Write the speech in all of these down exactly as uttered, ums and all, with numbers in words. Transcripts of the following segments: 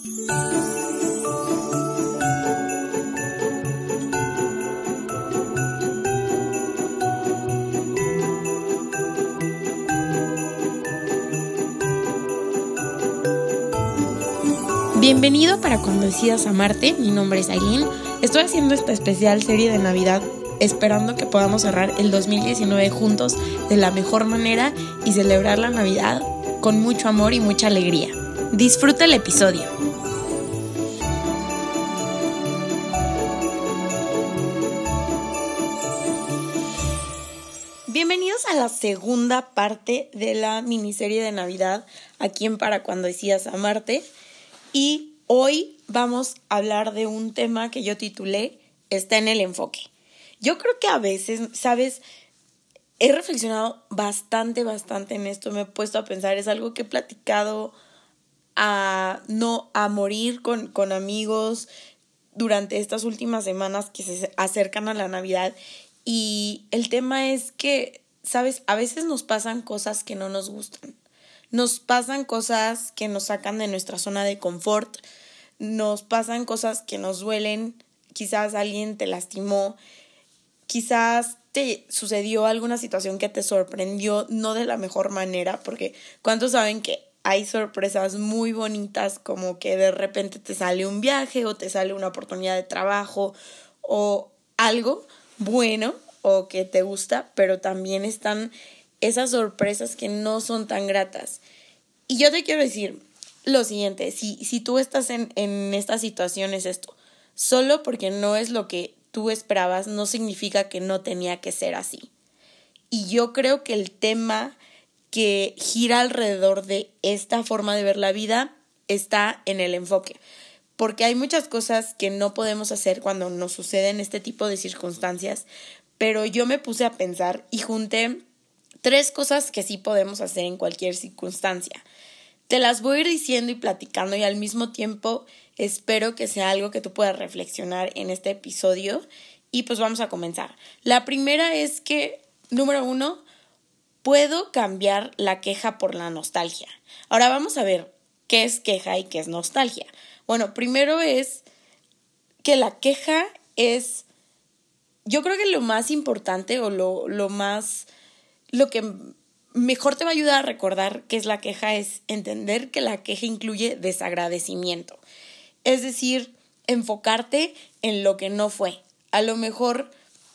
Bienvenido para Cuando Decidas Amarte, mi nombre es Aileen. Estoy haciendo esta especial serie de Navidad esperando que podamos cerrar el dos mil diecinueve juntos de la mejor manera y celebrar la Navidad con mucho amor y mucha alegría. Disfruta el episodio. Bienvenidos a la segunda parte de la miniserie de Navidad aquí en Para Cuando Decidas Amarte. Y hoy vamos a hablar de un tema que yo titulé Está en el enfoque. Yo creo que a veces, ¿sabes? He reflexionado bastante, bastante en esto. Me he puesto a pensar, es algo que he platicado a, no, a morir con, con amigos durante estas últimas semanas que se acercan a la Navidad. Y el tema es que, ¿sabes? A veces nos pasan cosas que no nos gustan. Nos pasan cosas que nos sacan de nuestra zona de confort, nos pasan cosas que nos duelen, quizás alguien te lastimó, quizás te sucedió alguna situación que te sorprendió, no de la mejor manera, porque ¿cuántos saben que hay sorpresas muy bonitas como que de repente te sale un viaje o te sale una oportunidad de trabajo o algo bueno o que te gusta, pero también están esas sorpresas que no son tan gratas? Y yo te quiero decir lo siguiente, si, si tú estás en, en esta situación es esto, solo porque no es lo que tú esperabas no significa que no tenía que ser así. Y yo creo que el tema que gira alrededor de esta forma de ver la vida está en el enfoque, porque hay muchas cosas que no podemos hacer cuando nos suceden este tipo de circunstancias, pero yo me puse a pensar y junté tres cosas que sí podemos hacer en cualquier circunstancia. Te las voy a ir diciendo y platicando y al mismo tiempo espero que sea algo que tú puedas reflexionar en este episodio y pues vamos a comenzar. La primera es que, número uno, puedo cambiar la queja por la nostalgia. Ahora vamos a ver qué es queja y qué es nostalgia. Bueno, primero es que la queja es, yo creo que lo más importante o lo, lo más... Lo que mejor te va a ayudar a recordar qué es la queja es entender que la queja incluye desagradecimiento. Es decir, enfocarte en lo que no fue. A lo mejor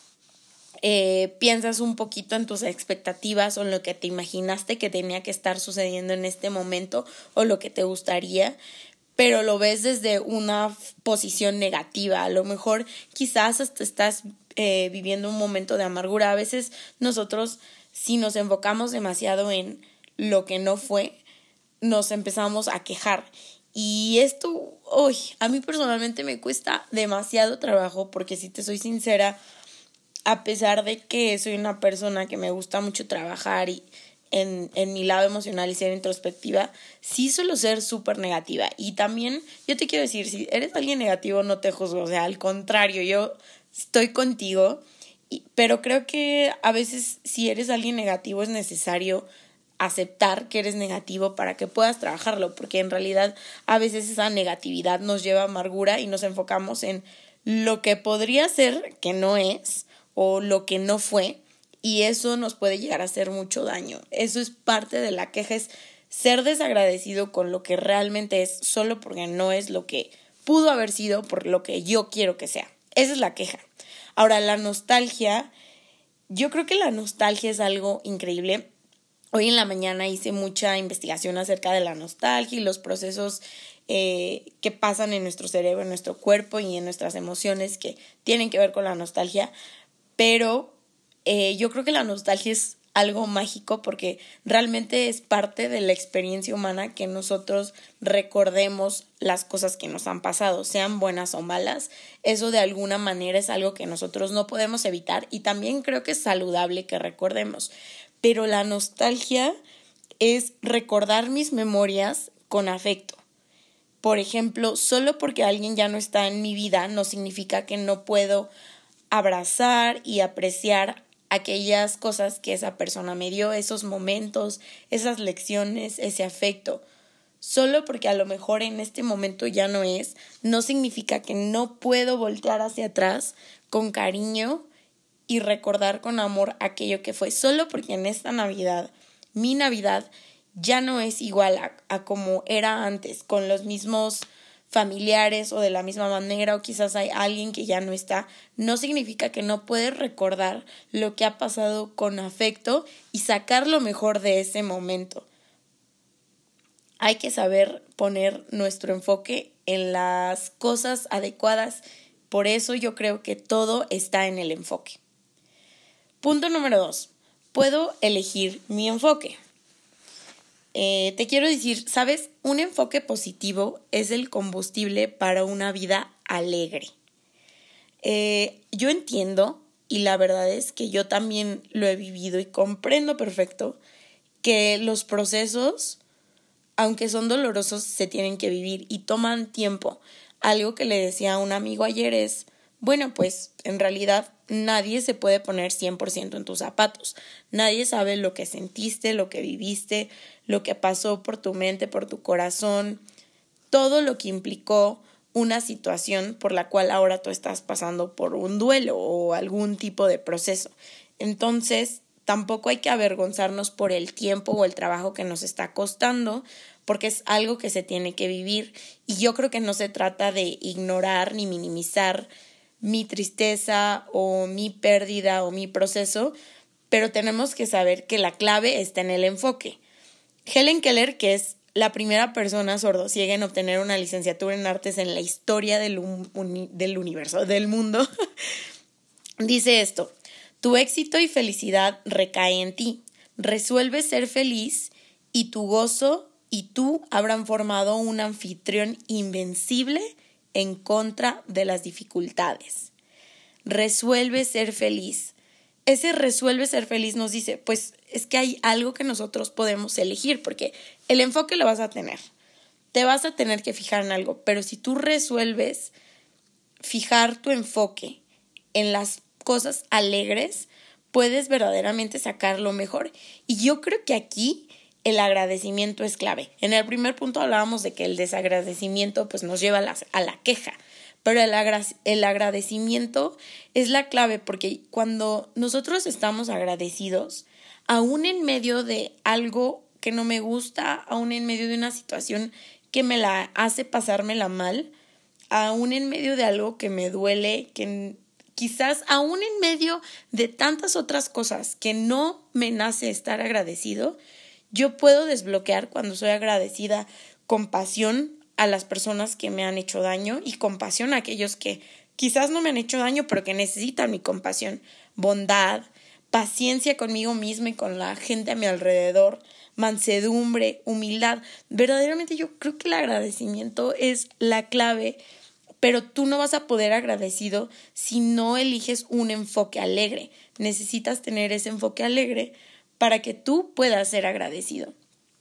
eh, piensas un poquito en tus expectativas o en lo que te imaginaste que tenía que estar sucediendo en este momento o lo que te gustaría, pero lo ves desde una posición negativa. A lo mejor quizás hasta estás eh, viviendo un momento de amargura. A veces nosotros, si nos enfocamos demasiado en lo que no fue, nos empezamos a quejar. Y esto, uy, a mí personalmente me cuesta demasiado trabajo porque si te soy sincera, a pesar de que soy una persona que me gusta mucho trabajar y en, en mi lado emocional y ser introspectiva, sí suelo ser súper negativa. Y también yo te quiero decir, si eres alguien negativo no te juzgo, o sea, al contrario, yo estoy contigo. Pero creo que a veces si eres alguien negativo es necesario aceptar que eres negativo para que puedas trabajarlo, porque en realidad a veces esa negatividad nos lleva a amargura y nos enfocamos en lo que podría ser que no es o lo que no fue y eso nos puede llegar a hacer mucho daño. Eso es parte de la queja, es ser desagradecido con lo que realmente es solo porque no es lo que pudo haber sido por lo que yo quiero que sea. Esa es la queja. Ahora, la nostalgia, yo creo que la nostalgia es algo increíble. Hoy en la mañana hice mucha investigación acerca de la nostalgia y los procesos eh, que pasan en nuestro cerebro, en nuestro cuerpo y en nuestras emociones que tienen que ver con la nostalgia. Pero eh, yo creo que la nostalgia es algo mágico porque realmente es parte de la experiencia humana que nosotros recordemos las cosas que nos han pasado, sean buenas o malas. Eso de alguna manera es algo que nosotros no podemos evitar y también creo que es saludable que recordemos. Pero la nostalgia es recordar mis memorias con afecto. Por ejemplo, solo porque alguien ya no está en mi vida no significa que no puedo abrazar y apreciar aquellas cosas que esa persona me dio, esos momentos, esas lecciones, ese afecto. solo porque a lo mejor en este momento ya no es, no significa que no puedo voltear hacia atrás con cariño y recordar con amor aquello que fue, solo porque en esta Navidad, mi Navidad, ya no es igual a, a como era antes, con los mismos familiares o de la misma manera, o quizás hay alguien que ya no está, no significa que no puedes recordar lo que ha pasado con afecto y sacar lo mejor de ese momento. Hay que saber poner nuestro enfoque en las cosas adecuadas, por eso yo creo que todo está en el enfoque. Punto número dos, puedo elegir mi enfoque. Eh, te quiero decir, ¿sabes? Un enfoque positivo es el combustible para una vida alegre. Eh, yo entiendo, y la verdad es que yo también lo he vivido y comprendo perfecto, que los procesos, aunque son dolorosos, se tienen que vivir y toman tiempo. Algo que le decía a un amigo ayer es, bueno, pues en realidad nadie se puede poner cien por ciento en tus zapatos. Nadie sabe lo que sentiste, lo que viviste, lo que pasó por tu mente, por tu corazón, todo lo que implicó una situación por la cual ahora tú estás pasando por un duelo o algún tipo de proceso. Entonces, tampoco hay que avergonzarnos por el tiempo o el trabajo que nos está costando, porque es algo que se tiene que vivir. Y yo creo que no se trata de ignorar ni minimizar mi tristeza o mi pérdida o mi proceso, pero tenemos que saber que la clave está en el enfoque. Helen Keller, que es la primera persona sordociega en obtener una licenciatura en artes en la historia del, uni- del universo, del mundo, dice esto: tu éxito y felicidad recae en ti. Resuelve ser feliz y tu gozo y tú habrán formado un anfitrión invencible en contra de las dificultades. Resuelve ser feliz. Ese resuelve ser feliz nos dice, pues es que hay algo que nosotros podemos elegir, porque el enfoque lo vas a tener. Te vas a tener que fijar en algo, pero si tú resuelves fijar tu enfoque en las cosas alegres, puedes verdaderamente sacar lo mejor. Y yo creo que aquí el agradecimiento es clave. En el primer punto hablábamos de que el desagradecimiento pues, nos lleva a la, a la queja, pero el, agra- el agradecimiento es la clave, porque cuando nosotros estamos agradecidos, aún en medio de algo que no me gusta, aún en medio de una situación que me la hace pasármela mal, aún en medio de algo que me duele, que quizás aún en medio de tantas otras cosas que no me nace estar agradecido, yo puedo desbloquear cuando soy agradecida compasión a las personas que me han hecho daño y compasión a aquellos que quizás no me han hecho daño pero que necesitan mi compasión, bondad, paciencia conmigo misma y con la gente a mi alrededor, mansedumbre, humildad. Verdaderamente yo creo que el agradecimiento es la clave, pero tú no vas a poder agradecido si no eliges un enfoque alegre. Necesitas tener ese enfoque alegre para que tú puedas ser agradecido.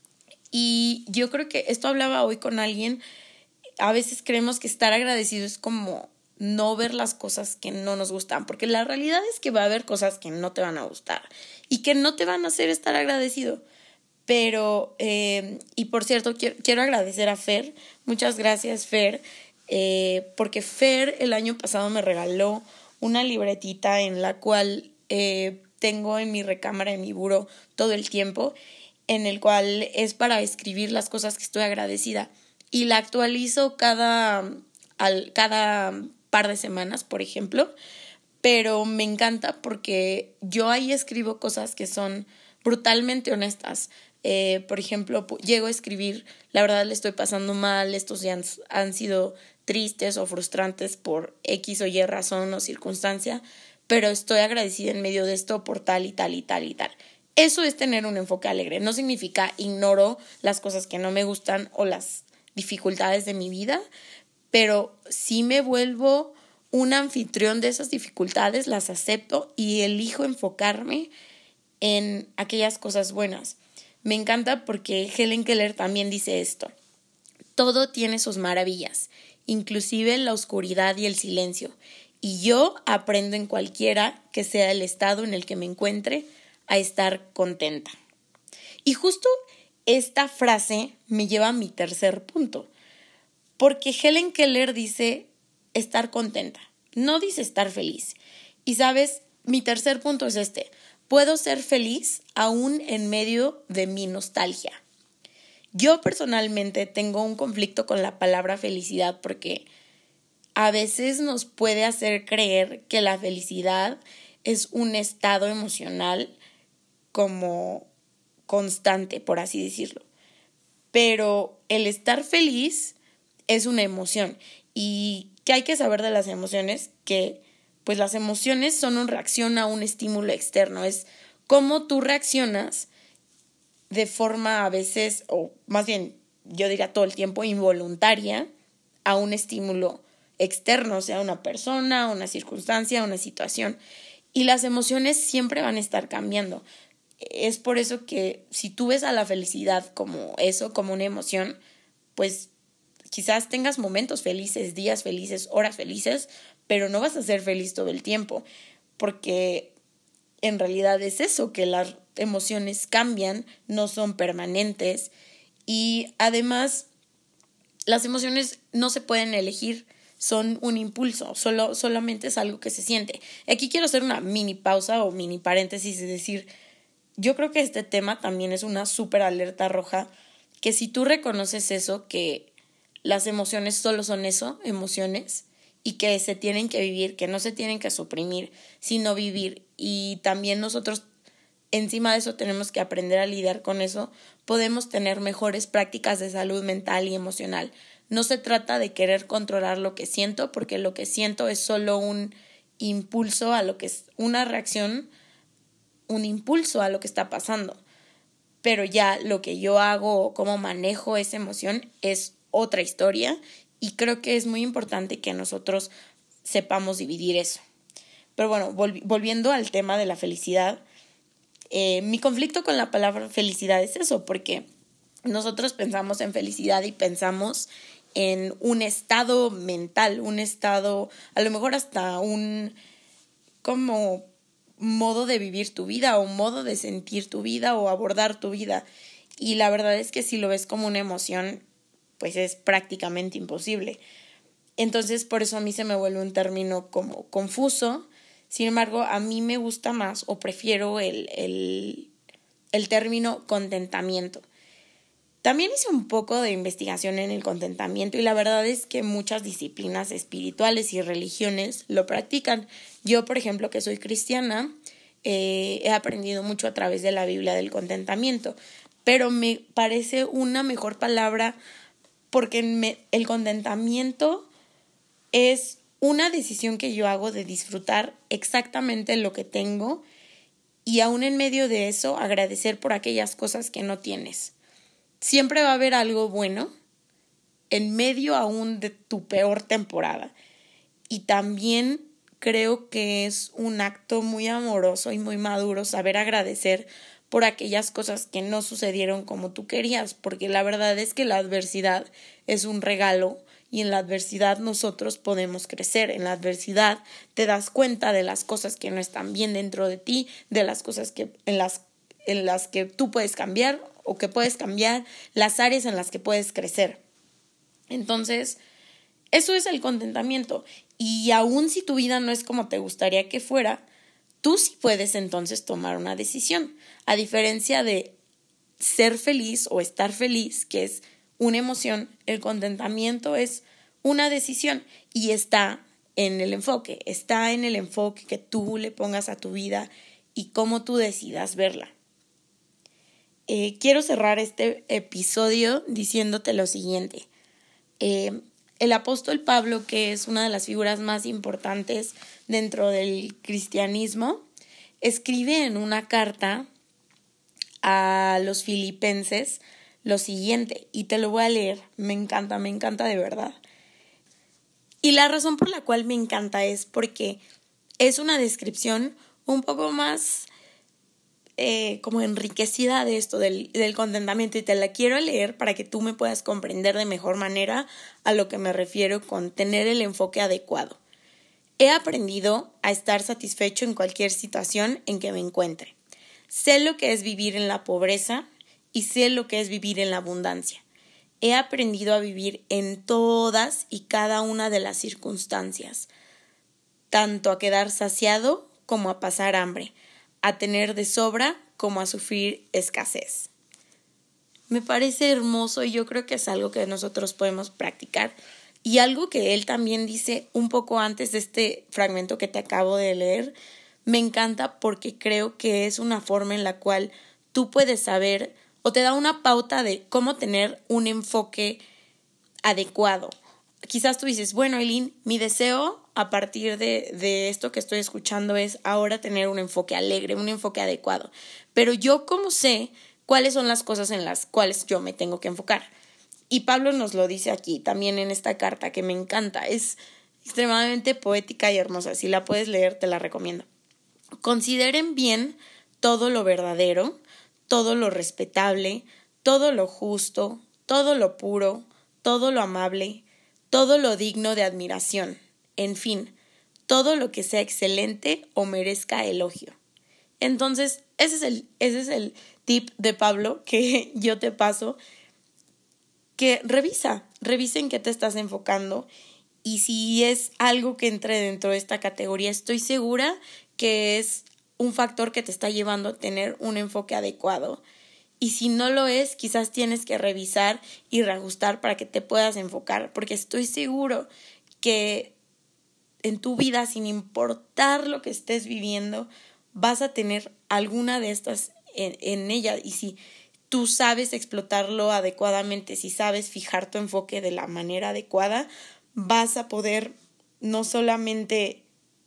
Y yo creo que esto hablaba hoy con alguien, a veces creemos que estar agradecido es como no ver las cosas que no nos gustan, porque la realidad es que va a haber cosas que no te van a gustar y que no te van a hacer estar agradecido. Pero, eh, y por cierto, quiero, quiero agradecer a Fer, muchas gracias Fer, eh, porque Fer el año pasado me regaló una libretita en la cual eh, tengo en mi recámara, en mi buró, todo el tiempo, en el cual es para escribir las cosas que estoy agradecida. Y la actualizo cada, al, cada par de semanas, por ejemplo. Pero me encanta porque yo ahí escribo cosas que son brutalmente honestas. Eh, por ejemplo, llego a escribir, la verdad le estoy pasando mal, estos días han, han sido tristes o frustrantes por X o Y razón o circunstancia, pero estoy agradecida en medio de esto por tal y tal y tal y tal. Eso es tener un enfoque alegre. No significa ignoro las cosas que no me gustan o las dificultades de mi vida, pero sí me vuelvo un anfitrión de esas dificultades, las acepto y elijo enfocarme en aquellas cosas buenas. Me encanta porque Helen Keller también dice esto: todo tiene sus maravillas, inclusive la oscuridad y el silencio, y yo aprendo en cualquiera que sea el estado en el que me encuentre a estar contenta. Y justo esta frase me lleva a mi tercer punto, porque Helen Keller dice estar contenta, no dice estar feliz. Y sabes, mi tercer punto es este: puedo ser feliz aún en medio de mi nostalgia. Yo personalmente tengo un conflicto con la palabra felicidad porque a veces nos puede hacer creer que la felicidad es un estado emocional como constante, por así decirlo. Pero el estar feliz es una emoción. ¿Y qué hay que saber de las emociones? Que pues las emociones son una reacción a un estímulo externo. Es cómo tú reaccionas de forma a veces, o más bien yo diría todo el tiempo, involuntaria a un estímulo externo, sea una persona, una circunstancia, una situación. Y las emociones siempre van a estar cambiando. Es por eso que si tú ves a la felicidad como eso, como una emoción, pues quizás tengas momentos felices, días felices, horas felices, pero no vas a ser feliz todo el tiempo, porque en realidad es eso, que las emociones cambian, no son permanentes, y además las emociones no se pueden elegir, son un impulso, solo, solamente es algo que se siente. Aquí quiero hacer una mini pausa o mini paréntesis y decir, yo creo que este tema también es una súper alerta roja, que si tú reconoces eso, que las emociones solo son eso, emociones, y que se tienen que vivir, que no se tienen que suprimir, sino vivir, y también nosotros encima de eso tenemos que aprender a lidiar con eso, podemos tener mejores prácticas de salud mental y emocional. No se trata de querer controlar lo que siento, porque lo que siento es solo un impulso a lo que es una reacción, un impulso a lo que está pasando. Pero ya lo que yo hago o cómo manejo esa emoción es otra historia, y creo que es muy importante que nosotros sepamos dividir eso. Pero bueno, volvi- volviendo al tema de la felicidad, eh, mi conflicto con la palabra felicidad es eso, porque nosotros pensamos en felicidad y pensamos en un estado mental, un estado, a lo mejor hasta un como modo de vivir tu vida o modo de sentir tu vida o abordar tu vida. Y la verdad es que si lo ves como una emoción, pues es prácticamente imposible. Entonces, por eso a mí se me vuelve un término como confuso. Sin embargo, a mí me gusta más o prefiero el, el, el término contentamiento. También hice un poco de investigación en el contentamiento y la verdad es que muchas disciplinas espirituales y religiones lo practican. Yo, por ejemplo, que soy cristiana, eh, he aprendido mucho a través de la Biblia del contentamiento, pero me parece una mejor palabra porque me, el contentamiento es una decisión que yo hago de disfrutar exactamente lo que tengo y aún en medio de eso agradecer por aquellas cosas que no tienes. Siempre va a haber algo bueno en medio aún de tu peor temporada. Y también creo que es un acto muy amoroso y muy maduro saber agradecer por aquellas cosas que no sucedieron como tú querías, porque la verdad es que la adversidad es un regalo y en la adversidad nosotros podemos crecer. En la adversidad te das cuenta de las cosas que no están bien dentro de ti, de las cosas que en las, en las que tú puedes cambiar o que puedes cambiar, las áreas en las que puedes crecer. Entonces, eso es el contentamiento. Y aun si tu vida no es como te gustaría que fuera, tú sí puedes entonces tomar una decisión. A diferencia de ser feliz o estar feliz, que es una emoción, el contentamiento es una decisión y está en el enfoque, está en el enfoque que tú le pongas a tu vida y cómo tú decidas verla. Eh, quiero cerrar este episodio diciéndote lo siguiente. Eh, el apóstol Pablo, que es una de las figuras más importantes dentro del cristianismo, escribe en una carta a los filipenses lo siguiente, y te lo voy a leer. Me encanta, me encanta de verdad. Y la razón por la cual me encanta es porque es una descripción un poco más Eh, como enriquecida de esto del, del contentamiento, y te la quiero leer para que tú me puedas comprender de mejor manera a lo que me refiero con tener el enfoque adecuado. He aprendido a estar satisfecho en cualquier situación en que me encuentre. Sé lo que es vivir en la pobreza y sé lo que es vivir en la abundancia. He aprendido a vivir en todas y cada una de las circunstancias, tanto a quedar saciado como a pasar hambre, a tener de sobra como a sufrir escasez. Me parece hermoso y yo creo que es algo que nosotros podemos practicar. Y algo que él también dice un poco antes de este fragmento que te acabo de leer, me encanta porque creo que es una forma en la cual tú puedes saber o te da una pauta de cómo tener un enfoque adecuado. Quizás tú dices, bueno, Eileen, mi deseo a partir de, de esto que estoy escuchando es ahora tener un enfoque alegre, un enfoque adecuado. Pero yo, ¿cómo sé cuáles son las cosas en las cuales yo me tengo que enfocar? Y Pablo nos lo dice aquí, también en esta carta, que me encanta. Es extremadamente poética y hermosa. Si la puedes leer, te la recomiendo. Consideren bien todo lo verdadero, todo lo respetable, todo lo justo, todo lo puro, todo lo amable, todo lo digno de admiración, en fin, todo lo que sea excelente o merezca elogio. Entonces, ese es el, ese es el tip de Pablo que yo te paso, que revisa, revisa en qué te estás enfocando y si es algo que entre dentro de esta categoría, estoy segura que es un factor que te está llevando a tener un enfoque adecuado. Y si no lo es, quizás tienes que revisar y reajustar para que te puedas enfocar, porque estoy seguro que en tu vida, sin importar lo que estés viviendo, vas a tener alguna de estas en, en ella. Y si tú sabes explotarlo adecuadamente, si sabes fijar tu enfoque de la manera adecuada, vas a poder no solamente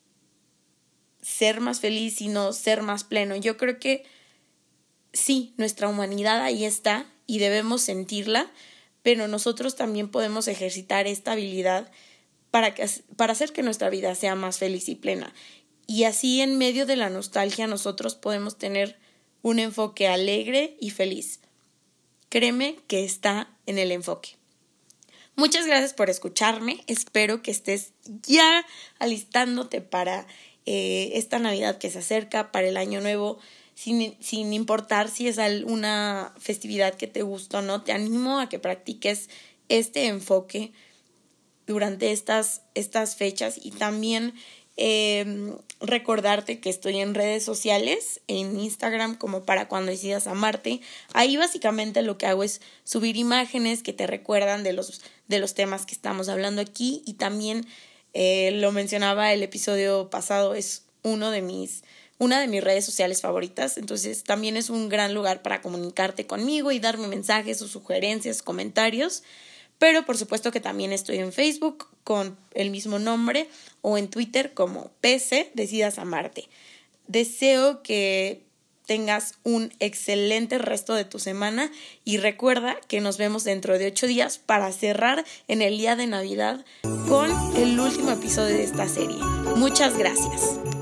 ser más feliz, sino ser más pleno. Yo creo que sí, nuestra humanidad ahí está y debemos sentirla, pero nosotros también podemos ejercitar esta habilidad para, que, para hacer que nuestra vida sea más feliz y plena. Y así, en medio de la nostalgia, nosotros podemos tener un enfoque alegre y feliz. Créeme que está en el enfoque. Muchas gracias por escucharme. Espero que estés ya alistándote para eh, esta Navidad que se acerca, para el Año Nuevo. Sin, sin importar si es una festividad que te gusta o no, te animo a que practiques este enfoque durante estas, estas fechas y también eh, recordarte que estoy en redes sociales, en Instagram como Para Cuando Decidas Amarte. Ahí básicamente lo que hago es subir imágenes que te recuerdan de los, de los temas que estamos hablando aquí y también eh, lo mencionaba el episodio pasado, es uno de mis una de mis redes sociales favoritas, entonces también es un gran lugar para comunicarte conmigo y darme mensajes o sugerencias, comentarios, pero por supuesto que también estoy en Facebook con el mismo nombre o en Twitter como P C Decidas Amarte. Deseo que tengas un excelente resto de tu semana y recuerda que nos vemos dentro de ocho días para cerrar en el día de Navidad con el último episodio de esta serie. Muchas gracias.